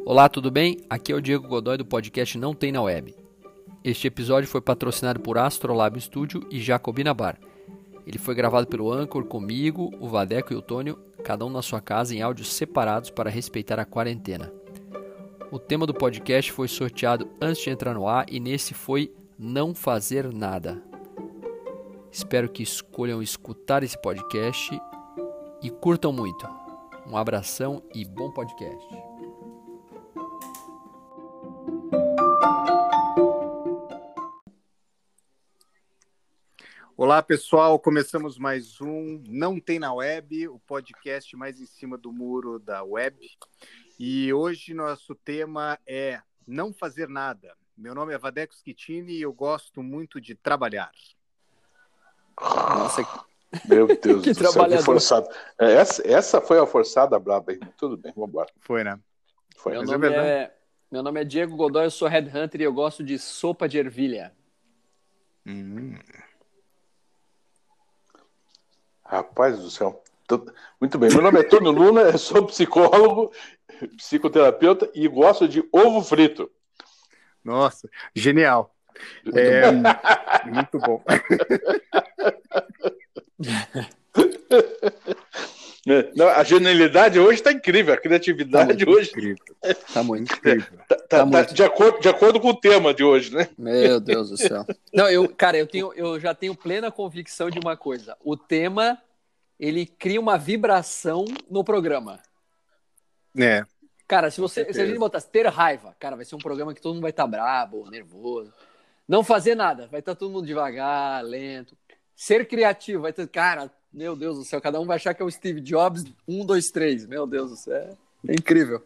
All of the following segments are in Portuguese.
Olá, tudo bem? Aqui é o Diego Godoy do podcast Não Tem na Web. Este episódio foi patrocinado por Astrolab Studio e Jacobina Bar. Ele foi gravado pelo Anchor comigo, o Vadeco e o Tônio, cada um na sua casa em áudios separados para respeitar a quarentena. O tema do podcast foi sorteado antes de entrar no ar e nesse foi Não Fazer Nada. Espero que escolham escutar esse podcast e curtam muito. Um abração e bom podcast. Olá, pessoal. Começamos mais um Não Tem na Web, o podcast mais em cima do muro da web. E hoje nosso tema é Não Fazer Nada. Meu nome é Vadeco Schettini e eu gosto muito de trabalhar. Nossa, meu Deus que do céu, que forçado. Essa foi a forçada braba, hein? Tudo bem, vamos embora. Foi, né? Foi. Meu nome é Diego Godoy, eu sou headhunter e eu gosto de sopa de ervilha. Rapaz do céu. Muito bem, meu nome é Tônio Luna, eu sou psicólogo, psicoterapeuta e gosto de ovo frito. Nossa, genial. Muito bom. Não, a genialidade hoje está incrível, a criatividade hoje Tá muito incrível. Tá de acordo com o tema de hoje, né? Meu Deus do céu. Não, eu já tenho plena convicção de uma coisa. O tema, ele cria uma vibração no programa. É. Cara, se a gente botasse ter raiva, cara, vai ser um programa que todo mundo vai estar brabo, nervoso. Não fazer nada, vai estar todo mundo devagar, lento. Ser criativo, vai ter, cara, meu Deus do céu, cada um vai achar que é o Steve Jobs 1, 2, 3. Meu Deus do céu, é incrível.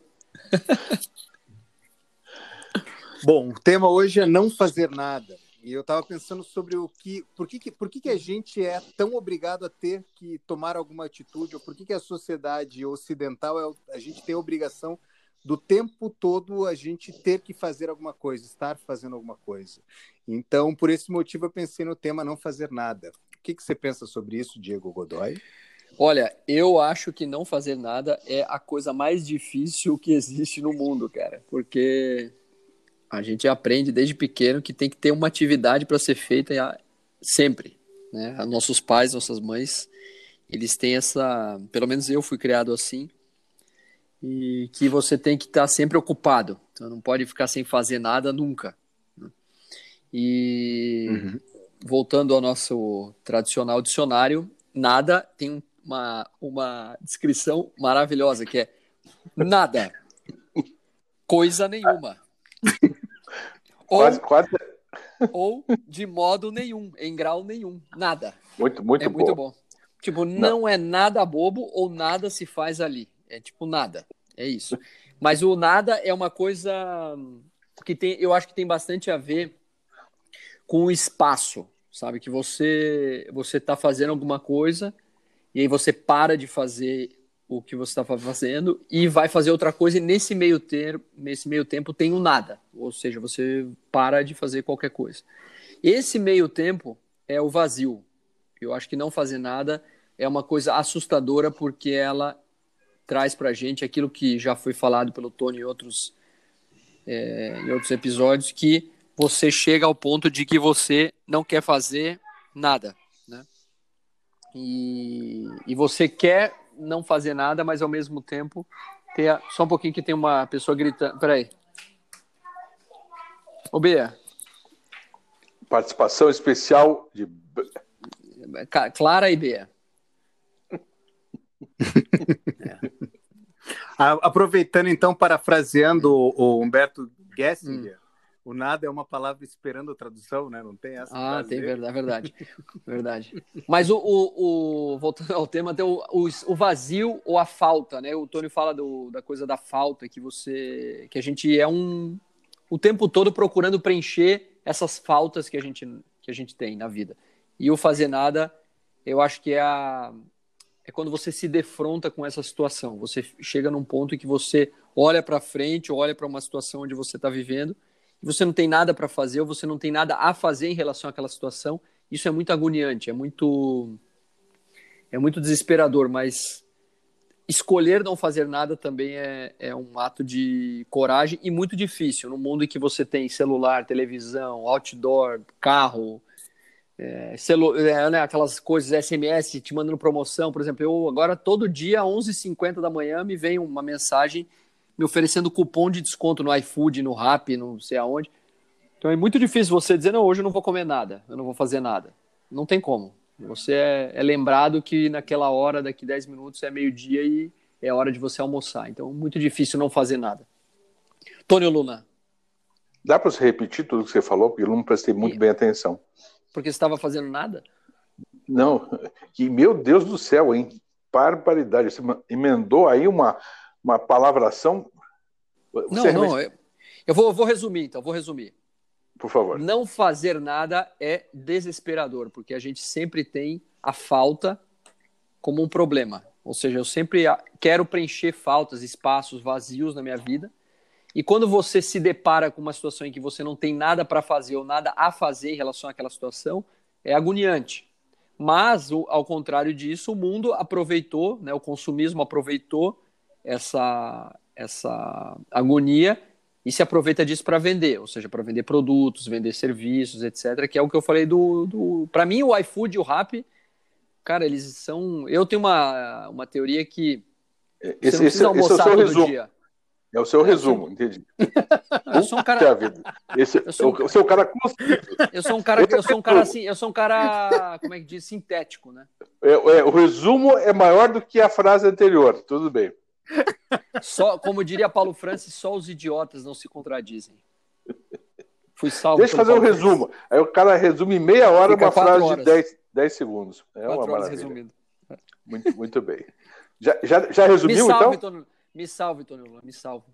Bom, o tema hoje é não fazer nada. E eu estava pensando sobre por que a gente é tão obrigado a ter que tomar alguma atitude, ou por que a sociedade ocidental, a gente tem a obrigação do tempo todo a gente ter que fazer alguma coisa, estar fazendo alguma coisa. Então, por esse motivo, eu pensei no tema não fazer nada. O que você pensa sobre isso, Diego Godoy? Olha, eu acho que não fazer nada é a coisa mais difícil que existe no mundo, cara. Porque a gente aprende desde pequeno que tem que ter uma atividade para ser feita sempre, né? Nossos pais, nossas mães, eles têm essa... Pelo menos eu fui criado assim. E que você tem que estar sempre ocupado. Então não pode ficar sem fazer nada nunca. E voltando ao nosso tradicional dicionário, nada tem uma descrição maravilhosa, que é nada, coisa nenhuma. Quase. Ou de modo nenhum, em grau nenhum, nada. Muito é bom. Muito bom. Tipo, não é nada bobo ou nada se faz ali. É tipo nada. É isso. Mas o nada é uma coisa que eu acho que tem bastante a ver com o espaço, sabe? Que você está fazendo alguma coisa e aí você para de fazer o que você estava fazendo e vai fazer outra coisa e nesse meio tempo tem o nada. Ou seja, você para de fazer qualquer coisa. Esse meio tempo é o vazio. Eu acho que não fazer nada é uma coisa assustadora porque ela traz pra gente aquilo que já foi falado pelo Tony em outros episódios, que você chega ao ponto de que você não quer fazer nada, né? E você quer não fazer nada, mas ao mesmo tempo só um pouquinho que tem uma pessoa gritando. Peraí. Ô, Bia. Participação especial de Clara e Bia. Aproveitando, então, parafraseando o Humberto Gessinger, o nada é uma palavra esperando a tradução, né? Não tem essa. Tem verdade. Mas voltando ao tema, tem o vazio ou a falta, né? O Tony fala da coisa da falta, que a gente é o tempo todo procurando preencher essas faltas que a gente tem na vida. E o fazer nada, eu acho que é quando você se defronta com essa situação. Você chega num ponto em que você olha para frente, olha para uma situação onde você está vivendo, e você não tem nada para fazer, ou você não tem nada a fazer em relação àquela situação. Isso é muito agoniante, é muito desesperador, mas escolher não fazer nada também é um ato de coragem e muito difícil. No mundo em que você tem celular, televisão, outdoor, carro, né, aquelas coisas, SMS te mandando promoção. Por exemplo, eu agora todo dia, às 11h50 da manhã, me vem uma mensagem me oferecendo cupom de desconto no iFood, no Rappi, não sei aonde. Então é muito difícil você dizer, não, hoje eu não vou comer nada, eu não vou fazer nada. Não tem como. Você é lembrado que naquela hora, daqui 10 minutos, é meio-dia e é hora de você almoçar. Então, muito difícil não fazer nada. Tônio Luna. Dá para você repetir tudo que você falou? Porque eu não prestei muito bem atenção. Porque você estava fazendo nada? Não, que meu Deus do céu, hein? Barbaridade. Você emendou aí uma palavração. Não, eu vou resumir, então, vou resumir. Por favor. Não fazer nada é desesperador, porque a gente sempre tem a falta como um problema. Ou seja, eu sempre quero preencher faltas, espaços vazios na minha vida. E quando você se depara com uma situação em que você não tem nada para fazer ou nada a fazer em relação àquela situação, é agoniante. Mas, ao contrário disso, o mundo aproveitou, né, o consumismo aproveitou essa agonia e se aproveita disso para vender, ou seja, para vender produtos, vender serviços, etc., que é o que eu falei Para mim, o iFood e o Rappi, cara, eles são... Eu tenho uma teoria que você não precisa almoçar todo dia. É o seu resumo, entendi. Eu sou um cara... Eu sou um cara Eu sou um cara, como é que diz, sintético, né? O resumo é maior do que a frase anterior, tudo bem. Só, como diria Paulo Francis, só os idiotas não se contradizem. Fui salvo. Deixa eu fazer um resumo. Aí o cara resume em meia hora uma frase de 10 segundos. É uma maravilha. Resumindo. Muito bem. Já resumiu, então? Me salve, Tônio. Me salve.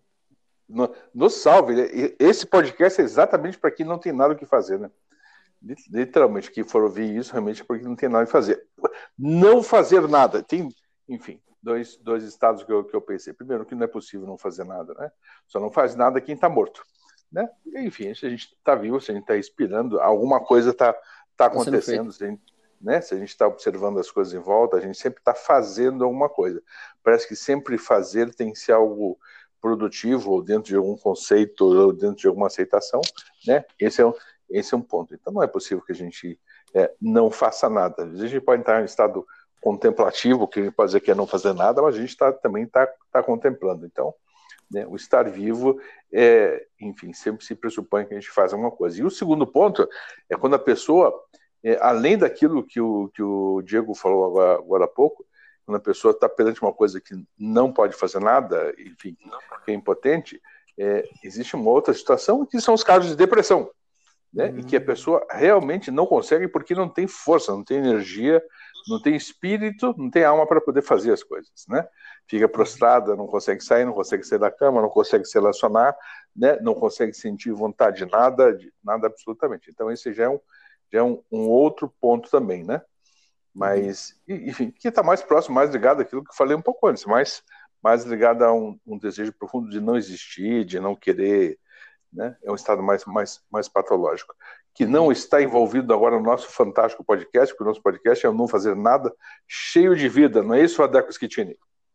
Nos salve. Esse podcast é exatamente para quem não tem nada o que fazer, né? Literalmente, quem for ouvir isso, realmente é porque não tem nada o que fazer. Não fazer nada. Tem, enfim, dois estados que eu pensei. Primeiro, que não é possível não fazer nada, né? Só não faz nada quem está morto, né? Enfim, se a gente está vivo, se a gente está respirando, alguma coisa está acontecendo, né? Se a gente está observando as coisas em volta, a gente sempre está fazendo alguma coisa. Parece que sempre fazer tem que ser algo produtivo, ou dentro de algum conceito, ou dentro de alguma aceitação, né? Esse é um ponto. Então não é possível que a gente não faça nada. Às vezes a gente pode estar em estado contemplativo, que a gente pode dizer que é não fazer nada, mas a gente também está contemplando. Então, né, o estar vivo, enfim, sempre se pressupõe que a gente faz alguma coisa. E o segundo ponto é quando a pessoa, além daquilo que o Diego falou agora há pouco, quando a pessoa está perante uma coisa que não pode fazer nada, enfim, que é impotente, existe uma outra situação que são os casos de depressão, né? E que a pessoa realmente não consegue porque não tem força, não tem energia, não tem espírito, não tem alma para poder fazer as coisas, né? Fica prostrada, não consegue sair, não consegue sair da cama, não consegue se relacionar, né? Não consegue sentir vontade de nada absolutamente. Então esse já é um outro ponto também, né? Mas, enfim, que está mais próximo, mais ligado àquilo que eu falei um pouco antes, mais ligado a um desejo profundo de não existir, de não querer, né? É um estado mais patológico, que não está envolvido agora no nosso fantástico podcast, porque o nosso podcast é o Não Fazer Nada, cheio de vida, não é isso, Adeco Schettini?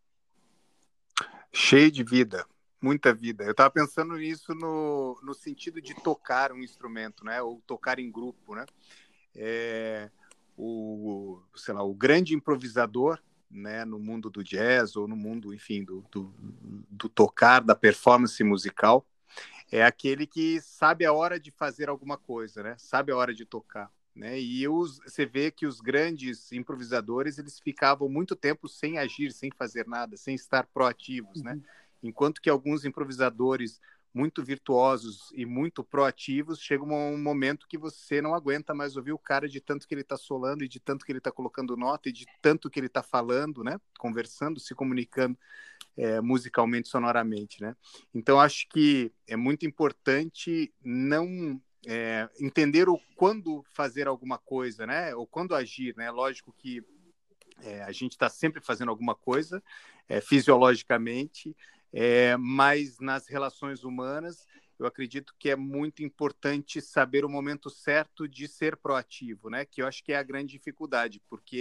Cheio de vida, muita vida. Eu estava pensando nisso no sentido de tocar um instrumento, né? Ou tocar em grupo, né? O grande improvisador, né, no mundo do jazz ou no mundo, enfim, do tocar, da performance musical, é aquele que sabe a hora de fazer alguma coisa, né? Sabe a hora de tocar, né? E você vê que os grandes improvisadores, eles ficavam muito tempo sem agir, sem fazer nada, sem estar proativos, né? Enquanto que alguns improvisadores muito virtuosos e muito proativos, chega um momento que você não aguenta mais ouvir o cara de tanto que ele está solando e de tanto que ele está colocando nota e de tanto que ele está falando, né? Conversando, se comunicando musicalmente, sonoramente, né? Então, acho que é muito importante não entender quando fazer alguma coisa, né? Ou quando agir, né? Lógico que a gente está sempre fazendo alguma coisa, fisiologicamente, mas nas relações humanas, eu acredito que é muito importante saber o momento certo de ser proativo, né? Que eu acho que é a grande dificuldade, porque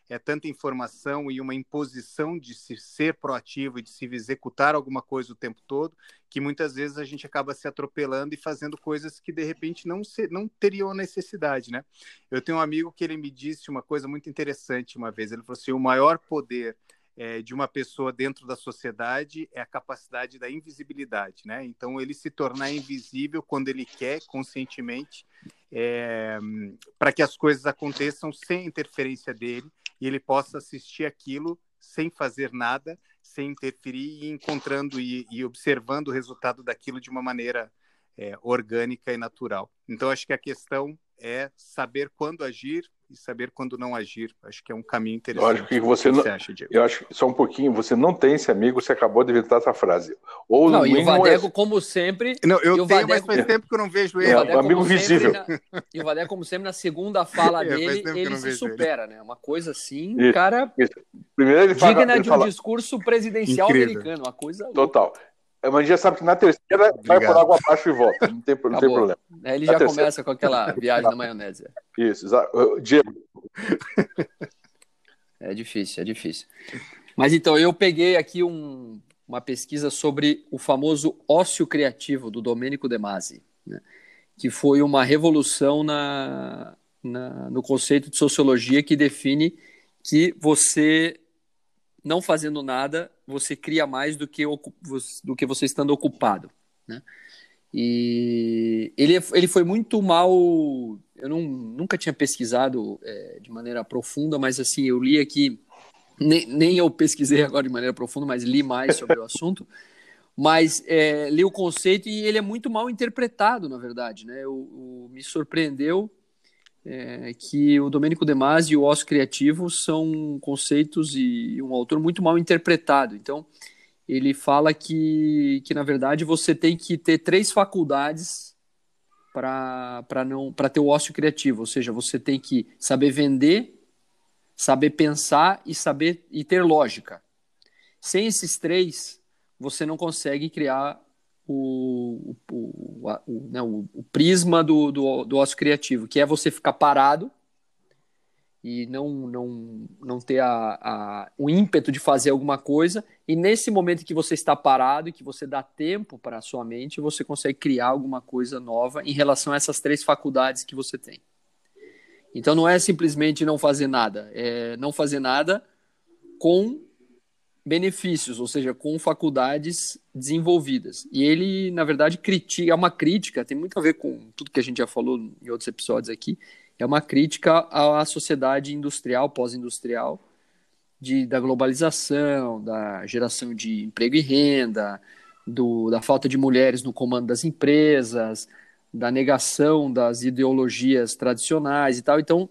é tanta informação e uma imposição de se ser proativo e de se executar alguma coisa o tempo todo, que muitas vezes a gente acaba se atropelando e fazendo coisas que, de repente, não teriam necessidade, né? Eu tenho um amigo que ele me disse uma coisa muito interessante uma vez. Ele falou assim, o maior poder de uma pessoa dentro da sociedade é a capacidade da invisibilidade, né? Então, ele se tornar invisível quando ele quer, conscientemente, para que as coisas aconteçam sem interferência dele e ele possa assistir aquilo sem fazer nada, sem interferir e encontrando e observando o resultado daquilo de uma maneira orgânica e natural. Então, acho que a questão é saber quando agir e saber quando não agir. Acho que é um caminho interessante. Eu acho que você acha, Diego? Eu acho que só um pouquinho, você não tem esse amigo, você acabou de inventar essa frase. Ou não, e o Vadeco, como sempre... Não, eu tenho, mas faz tempo que eu não vejo ele. Amigo visível. E o Vadeco, como sempre, na segunda fala dele, ele se supera, né? Uma coisa assim, isso, cara... Isso. Primeiro ele digna de um discurso presidencial americano, uma coisa louca. Total. Mas já sabe que na terceira vai por água abaixo e volta. Não tem problema. Ele já começa com aquela viagem na maionese. Isso, exato. Diego. É difícil. Mas então, eu peguei aqui uma pesquisa sobre o famoso ócio criativo do Domenico De Masi, né? Que foi uma revolução no conceito de sociologia que define que você, não fazendo nada, você cria mais do que você estando ocupado, né? E ele foi muito mal... Eu nunca tinha pesquisado de maneira profunda, mas assim, eu li aqui, nem eu pesquisei agora de maneira profunda, mas li mais sobre o assunto, mas li o conceito e ele é muito mal interpretado, na verdade, né? Me surpreendeu que o Domenico De Masi e o ócio criativo são conceitos e um autor muito mal interpretado. Então, ele fala que na verdade, você tem que ter 3 faculdades para ter o ócio criativo. Ou seja, você tem que saber vender, saber pensar e ter lógica. Sem esses 3, você não consegue criar o prisma do ócio criativo, que é você ficar parado e não ter o ímpeto de fazer alguma coisa, e nesse momento que você está parado e que você dá tempo para a sua mente, você consegue criar alguma coisa nova em relação a essas 3 faculdades que você tem. Então não é simplesmente não fazer nada, é não fazer nada com benefícios, ou seja, com faculdades desenvolvidas. E ele, na verdade, é uma crítica, tem muito a ver com tudo que a gente já falou em outros episódios aqui, é uma crítica à sociedade industrial, pós-industrial, da globalização, da geração de emprego e renda, da falta de mulheres no comando das empresas, da negação das ideologias tradicionais e tal. Então,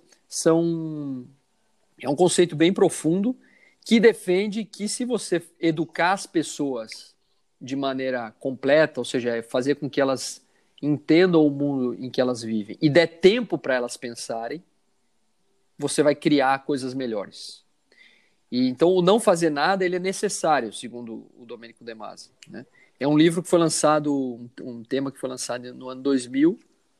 é um conceito bem profundo que defende que se você educar as pessoas de maneira completa, ou seja, fazer com que elas entendam o mundo em que elas vivem e der tempo para elas pensarem, você vai criar coisas melhores. E então o não fazer nada ele é necessário, segundo o Domenico De Masi, né? É um livro que foi lançado, um tema que foi lançado no ano 2000,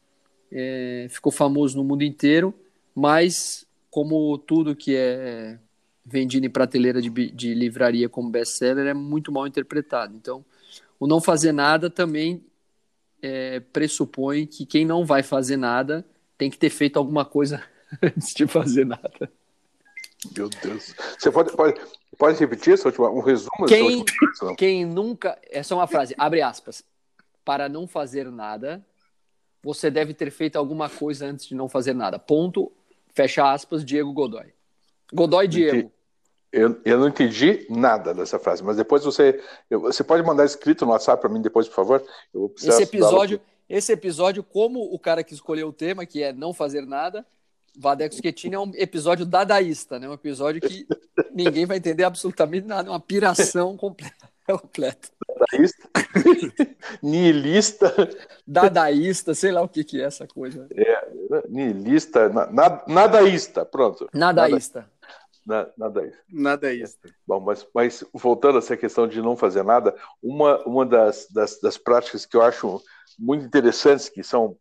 ficou famoso no mundo inteiro, mas como tudo que é vendido em prateleira de livraria como best-seller é muito mal interpretado. Então, o não fazer nada também pressupõe que quem não vai fazer nada tem que ter feito alguma coisa antes de fazer nada. Meu Deus. Você pode repetir um resumo? Quem nunca... Essa é uma frase, abre aspas. Para não fazer nada, você deve ter feito alguma coisa antes de não fazer nada. Ponto, fecha aspas, Diego Godoy. Godoy Diego. Eu não entendi nada dessa frase, mas depois você pode mandar escrito no WhatsApp para mim depois, por favor? Esse episódio, como o cara que escolheu o tema, que é não fazer nada, Vadeco Schettini, é um episódio dadaísta, né? Um episódio que ninguém vai entender absolutamente nada, uma piração completa. Dadaísta? Nihilista? Dadaísta, sei lá o que é essa coisa. Nihilista, nadaísta, pronto. Nadaísta. Nadaísta. Bom, mas voltando a essa questão de não fazer nada, uma das práticas que eu acho muito interessantes, que são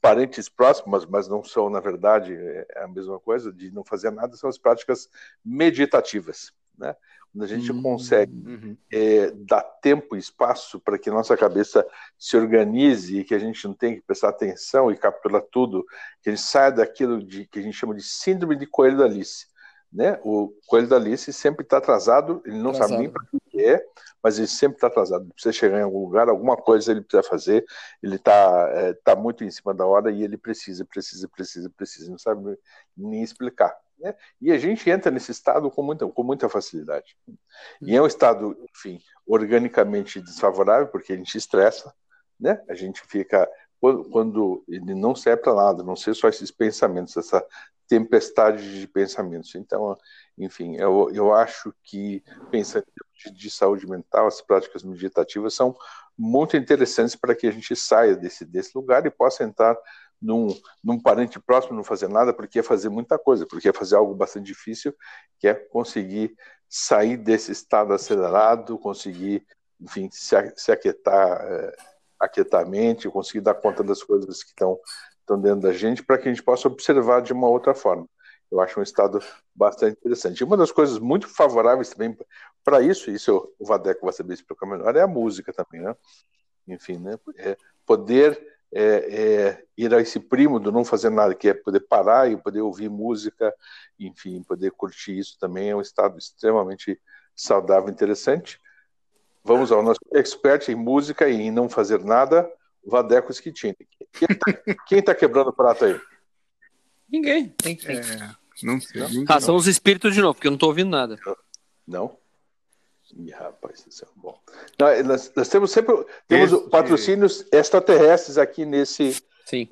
parentes próximos, mas não são, na verdade, a mesma coisa, de não fazer nada, são as práticas meditativas, né? Quando a gente consegue dar tempo e espaço para que nossa cabeça se organize e que a gente não tenha que prestar atenção e capturar tudo, que a gente saia daquilo que a gente chama de síndrome de Coelho da Alice, né? O Coelho da Alice sempre está atrasado, ele não sabe nem para o que é, mas ele sempre está atrasado. Ele precisa chegar em algum lugar, alguma coisa ele precisa fazer, ele está muito em cima da hora e ele precisa, não sabe nem explicar, né? E a gente entra nesse estado com muita facilidade. E é um estado, enfim, organicamente desfavorável, porque a gente estressa, né? A gente fica, quando ele não serve para nada, não ser só esses pensamentos, essa tempestade de pensamentos. Então, enfim, eu acho que, pensando de saúde mental, as práticas meditativas são muito interessantes para que a gente saia desse lugar e possa entrar num parente próximo, não fazer nada, porque é fazer muita coisa, porque é fazer algo bastante difícil, que é conseguir sair desse estado acelerado, conseguir, enfim, se aquietar a mente, conseguir dar conta das coisas que estão dentro da gente, para que a gente possa observar de uma outra forma. Eu acho um estado bastante interessante. E uma das coisas muito favoráveis também para isso o Vadeco vai saber explicar melhor, é a música também, né? Enfim, né? Poder ir a esse primo do não fazer nada, que é poder parar e poder ouvir música, enfim, poder curtir isso também é um estado extremamente saudável e interessante. Vamos ao nosso expert em música e em não fazer nada, Vadeco Schettini. Quem está quebrando o prato aí? Ninguém. Não sei. Não? São os espíritos de novo, porque eu não estou ouvindo nada. Não? Ih, rapaz, isso é bom. Nós temos sempre patrocínios extraterrestres aqui nesse... Sim.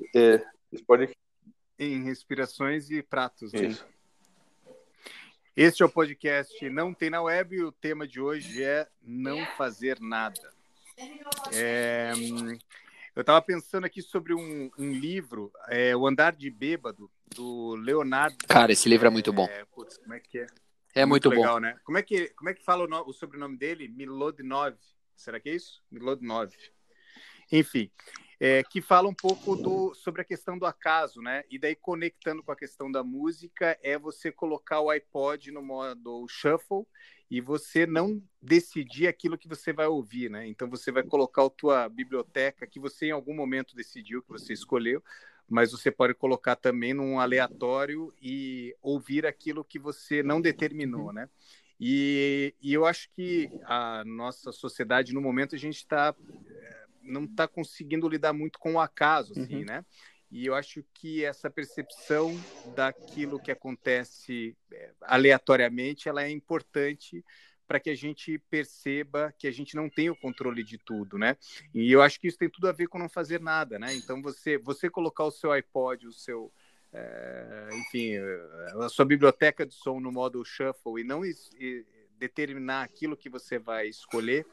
Em respirações e pratos. Né? Isso. Este é o podcast Não Tem na Web e o tema de hoje é não fazer nada. Eu estava pensando aqui sobre um livro, O Andar de Bêbado, do Leonardo. Cara, esse livro é muito bom. Como é que é? É muito legal, bom. Né? Como é que fala o sobrenome dele? Milodinov. Será que é isso? Milodinov. Enfim, que fala um pouco sobre a questão do acaso, né? E daí, conectando com a questão da música, é você colocar o iPod no modo shuffle e você não decidir aquilo que você vai ouvir, né? Então, você vai colocar a tua biblioteca, que você em algum momento decidiu, que você escolheu, mas você pode colocar também num aleatório e ouvir aquilo que você não determinou, né? E eu acho que a nossa sociedade, no momento, a gente não está conseguindo lidar muito com o acaso, assim, né? E eu acho que essa percepção daquilo que acontece aleatoriamente, ela é importante para que a gente perceba que a gente não tem o controle de tudo, né? E eu acho que isso tem tudo a ver com não fazer nada, né? Então, você colocar o seu iPod, o seu... enfim, a sua biblioteca de som no modo shuffle e não determinar aquilo que você vai escolher,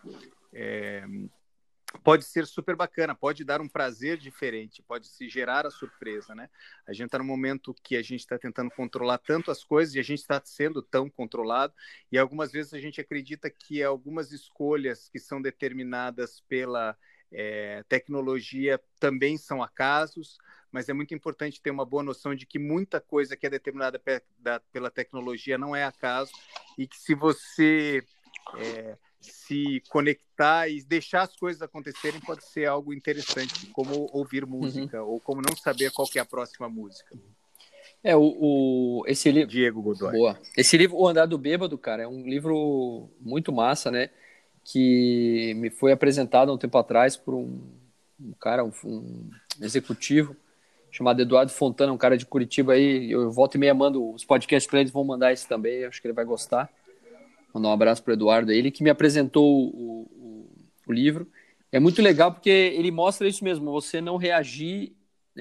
pode ser super bacana, pode dar um prazer diferente, pode se gerar a surpresa, né? A gente está num momento que a gente está tentando controlar tanto as coisas e a gente está sendo tão controlado e algumas vezes a gente acredita que algumas escolhas que são determinadas pela tecnologia também são acasos, mas é muito importante ter uma boa noção de que muita coisa que é determinada pela tecnologia não é acaso e que se você... se conectar e deixar as coisas acontecerem pode ser algo interessante, como ouvir música ou como não saber qual que é a próxima música. Esse livro... Diego Godoy. Boa. Esse livro, O Andar do Bêbado, cara, é um livro muito massa, né? Que me foi apresentado há um tempo atrás por um cara, um executivo chamado Eduardo Fontana, um cara de Curitiba aí. Eu volto e meia mando os podcasts para eles, vão mandar esse também, acho que ele vai gostar. Mandar um abraço para o Eduardo, ele que me apresentou o livro. É muito legal porque ele mostra isso mesmo, você não reagir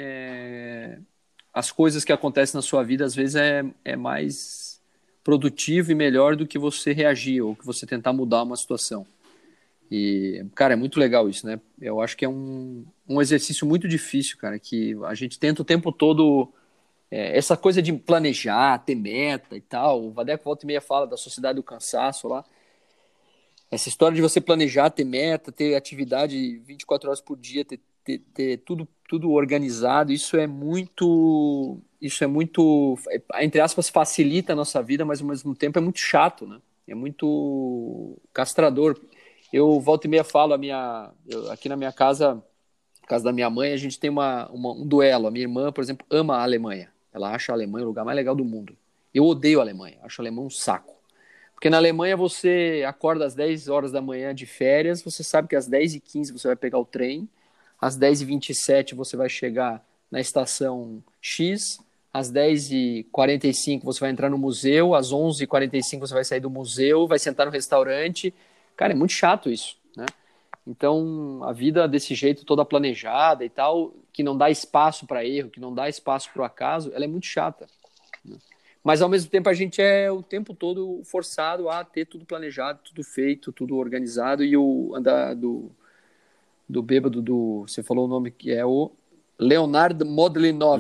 às coisas que acontecem na sua vida, às vezes é mais produtivo e melhor do que você reagir ou que você tentar mudar uma situação. E, cara, é muito legal isso, né? Eu acho que é um exercício muito difícil, cara, que a gente tenta o tempo todo... essa coisa de planejar, ter meta e tal, o Vadeco volta e meia fala da sociedade do cansaço lá, essa história de você planejar, ter meta, ter atividade 24 horas por dia, ter ter tudo organizado, isso é muito, entre aspas, facilita a nossa vida, mas ao mesmo tempo é muito chato, né? É muito castrador. Eu volta e meia falo, aqui na minha casa da minha mãe, a gente tem um duelo. A minha irmã, por exemplo, ama a Alemanha. Ela acha a Alemanha o lugar mais legal do mundo. Eu odeio a Alemanha, acho a Alemanha um saco. Porque na Alemanha você acorda às 10 horas da manhã de férias, você sabe que às 10h15 você vai pegar o trem, às 10h27 você vai chegar na estação X, às 10h45 você vai entrar no museu, às 11h45 você vai sair do museu, vai sentar no restaurante. Cara, é muito chato isso, né? Então, a vida desse jeito, toda planejada e tal, que não dá espaço para erro, que não dá espaço para o acaso, ela é muito chata, né? Mas, ao mesmo tempo, a gente é o tempo todo forçado a ter tudo planejado, tudo feito, tudo organizado, e o andar do bêbado você falou o nome, que é o Leonard Mlodinov.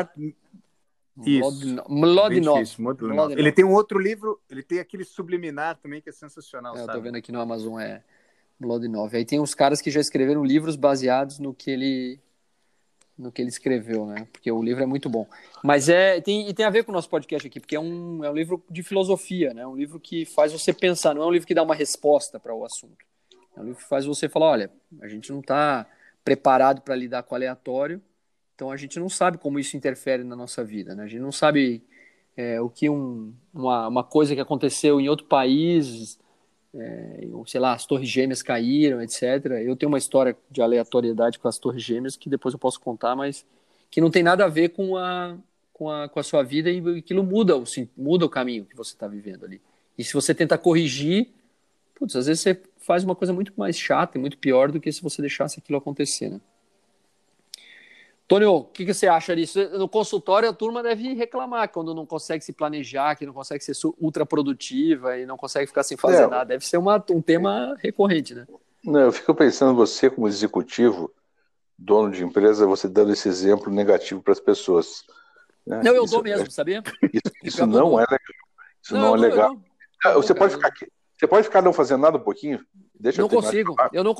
Mlodinov. Ele tem um outro livro, ele tem aquele Subliminar também, que é sensacional. Eu tô vendo aqui no Amazon, Mlodinov. Aí tem uns caras que já escreveram livros baseados no que ele escreveu, né? Porque o livro é muito bom. Mas tem a ver com o nosso podcast aqui, porque é um livro de filosofia, né? Um livro que faz você pensar, não é um livro que dá uma resposta para o assunto. É um livro que faz você falar, olha, a gente não está preparado para lidar com o aleatório, então a gente não sabe como isso interfere na nossa vida, né? A gente não sabe o que uma coisa que aconteceu em outro país, sei lá, as Torres Gêmeas caíram, etc. Eu tenho uma história de aleatoriedade com as Torres Gêmeas que depois eu posso contar, mas que não tem nada a ver com a sua vida, e aquilo muda o caminho que você está vivendo ali. E se você tenta corrigir, putz, às vezes você faz uma coisa muito mais chata e muito pior do que se você deixasse aquilo acontecer, né? Tônio, o que você acha disso? No consultório, a turma deve reclamar quando não consegue se planejar, que não consegue ser ultra produtiva e não consegue ficar sem fazer nada. Deve ser um tema recorrente, né? Não, eu fico pensando, você como executivo, dono de empresa, você dando esse exemplo negativo para as pessoas, né? Não, eu dou mesmo, sabia? Isso não é legal. Isso não é legal. Você pode ficar aqui. Você pode ficar não fazendo nada um pouquinho? Eu não consigo. Não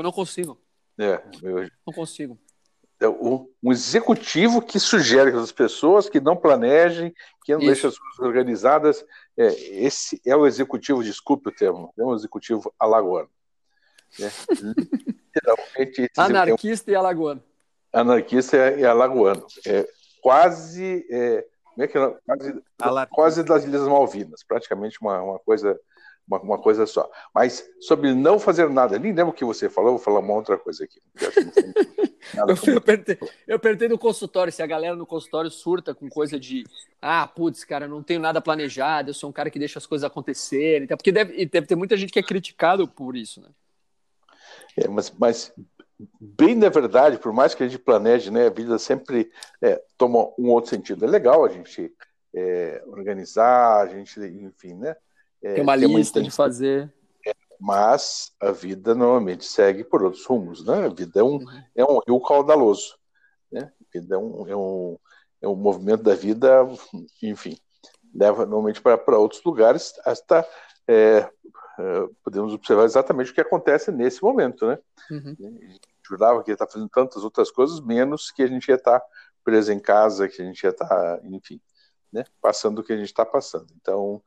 consigo. Um executivo que sugere às pessoas que não planejem, que não deixem as coisas organizadas, esse é o executivo, desculpe o termo, é um executivo alagoano. Literalmente, anarquista e alagoano. Anarquista e alagoano. Quase das Ilhas Malvinas, praticamente uma coisa só. Mas sobre não fazer nada, nem lembro o que você falou, vou falar uma outra coisa aqui. Eu perguntei no consultório, se a galera no consultório surta com coisa de putz, cara, não tenho nada planejado, eu sou um cara que deixa as coisas acontecerem, porque deve ter muita gente que é criticado por isso, né? Mas bem na verdade, por mais que a gente planeje, né, a vida sempre toma um outro sentido. É legal a gente organizar, a gente, enfim, né? Tem uma lista de fazer. Mas a vida normalmente segue por outros rumos, né? A vida é um rio caudaloso, né? A vida é um movimento da vida, enfim, leva normalmente para outros lugares, hasta podemos observar exatamente o que acontece nesse momento, né? Uhum. A gente jurava que ia estar fazendo tantas outras coisas, menos que a gente ia estar preso em casa, que a gente ia estar, enfim, né? Passando o que a gente está passando. Então,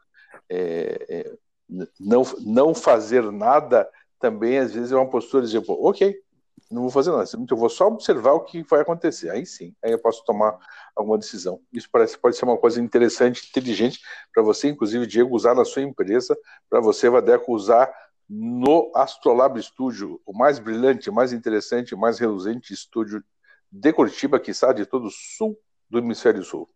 não fazer nada também às vezes é uma postura de dizer, ok, não vou fazer nada, eu vou só observar o que vai acontecer, aí sim, aí eu posso tomar alguma decisão. Isso pode ser uma coisa interessante, inteligente para você, inclusive, Diego, usar na sua empresa, para você, Vadeco, usar no Astrolab Studio, o mais brilhante, mais interessante, mais reluzente estúdio de Curitiba, quiçá de todo o sul do hemisfério sul.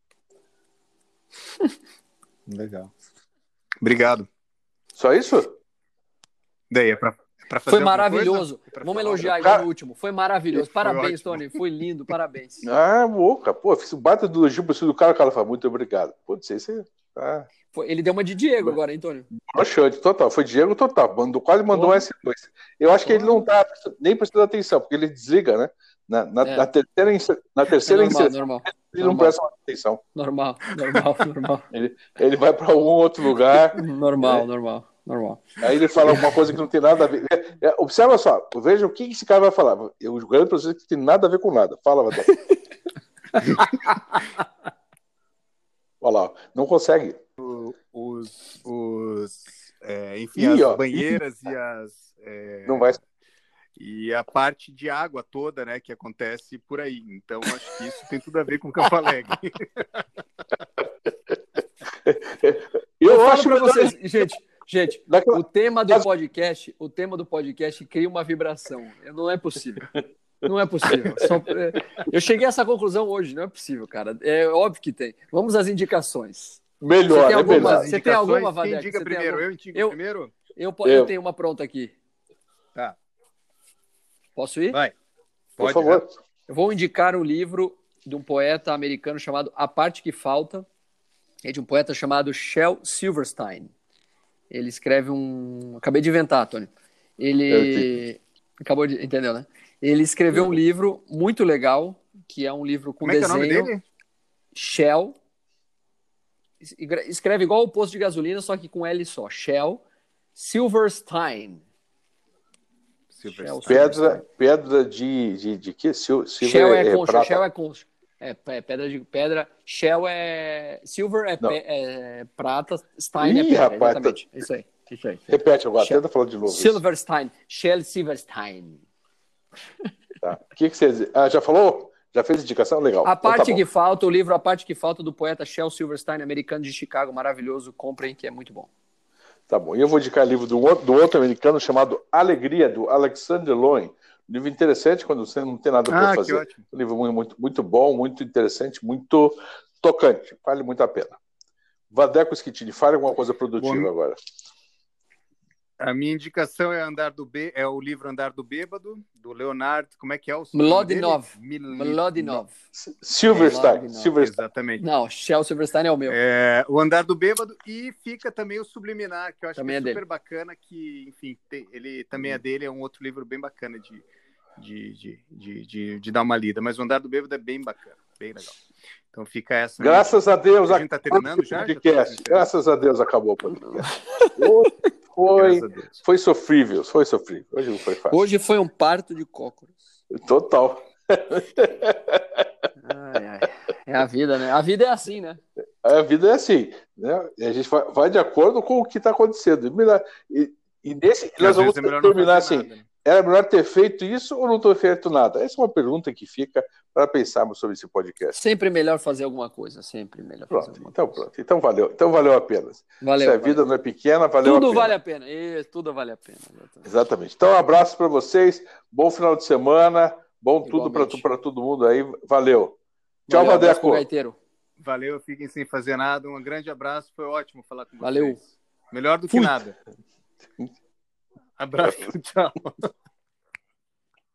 Legal. Obrigado. Só isso? Daí pra fazer. Foi maravilhoso. Vamos elogiar igual no último. Foi maravilhoso. Parabéns, Tony. Foi lindo, parabéns. Boca. Pô, fiz um baita do elogio pro do cara, o cara fala, muito obrigado. Putz, esse Ele deu uma de Diego agora, hein, Tony? Broxante, total. Foi Diego total. Quase mandou um S2. Eu acho que ele não tá nem prestando atenção, porque ele desliga, né? Na terceira inserção, normal. Ele não presta atenção. Normal. Ele vai para um outro lugar. Normal. Normal. Aí ele fala alguma coisa que não tem nada a ver. Observa só, veja o que esse cara vai falar. Eu garanto para vocês que tem nada a ver com nada. Fala, Vadé. Olha lá, não consegue. Enfim, as banheiras e as... Não vai. E a parte de água toda, né, que acontece por aí. Então, acho que isso tem tudo a ver com Campo Alegre. Eu acho para vocês, gente, o tema do podcast cria uma vibração. Não é possível. Não é possível. Eu cheguei a essa conclusão hoje, não é possível, cara. É óbvio que tem. Vamos às indicações. Melhor, Você tem alguma, Vadé? Quem indica primeiro? Eu indico primeiro? Eu tenho uma pronta aqui. Tá. Posso ir? Vai. Por favor. Né? Eu vou indicar um livro de um poeta americano chamado A Parte que Falta. É de um poeta chamado Shel Silverstein. Ele escreve Acabei de inventar, Tony. Ele... Acabou de... Entendeu, né? Ele escreveu um livro muito legal, que é um livro com desenho... Como é que é o nome dele? Shel. Escreve igual o posto de gasolina, só que com L só. Shel Silverstein. Pedra de quê? Shell é concha. Shell é concha. Pedra de pedra. Shell é silver, é prata. Stein é pedra. Rapaz, exatamente. Isso aí. Repete agora, tenta falar de novo. Silverstein. Shell Silverstein. Tá. O que você diz? Já falou? Já fez indicação? Legal. A Parte que Falta, o livro A Parte que Falta, do poeta Shel Silverstein, americano de Chicago, maravilhoso. Comprem, que é muito bom. Tá bom. E eu vou indicar o livro do outro americano chamado Alegria, do Alexander Lowen. Um livro interessante quando você não tem nada para fazer. Um livro muito, muito bom, muito interessante, muito tocante. Vale muito a pena. Vadeco Schettini, fale alguma coisa produtiva agora. A minha indicação é o livro Andar do Bêbado, do Leonard, como é que é o Mlodinov. Silverstein. Exatamente. Não, Shel Silverstein é o meu. O Andar do Bêbado, e fica também o Subliminar, que eu acho também que é super bacana, que, enfim, ele também é dele, é um outro livro bem bacana de dar uma lida, mas o Andar do Bêbado é bem bacana, bem legal. Então fica essa... Graças a Deus, a gente está terminando já? Graças a Deus acabou o podcast. Foi sofrível. Hoje não foi fácil. Hoje foi um parto de cócoras. Total. É a vida, né? A vida é assim, né? A vida é assim, né? E a gente vai de acordo com o que está acontecendo. Nós vamos terminar assim. Nada, né? Era melhor ter feito isso ou não ter feito nada? Essa é uma pergunta que fica para pensarmos sobre esse podcast. Sempre melhor fazer alguma coisa, sempre melhor fazer alguma coisa. Pronto. Então valeu a pena. Se a vida não é pequena, valeu a pena. Tudo vale a pena. Tudo vale a pena. Exatamente. Então, um abraço para vocês. Bom final de semana. Bom tudo para todo mundo aí. Valeu. Tchau, Vadeco. Valeu, fiquem sem fazer nada. Um grande abraço. Foi ótimo falar com vocês. Valeu. Melhor do que nada. Abraço. Tchau.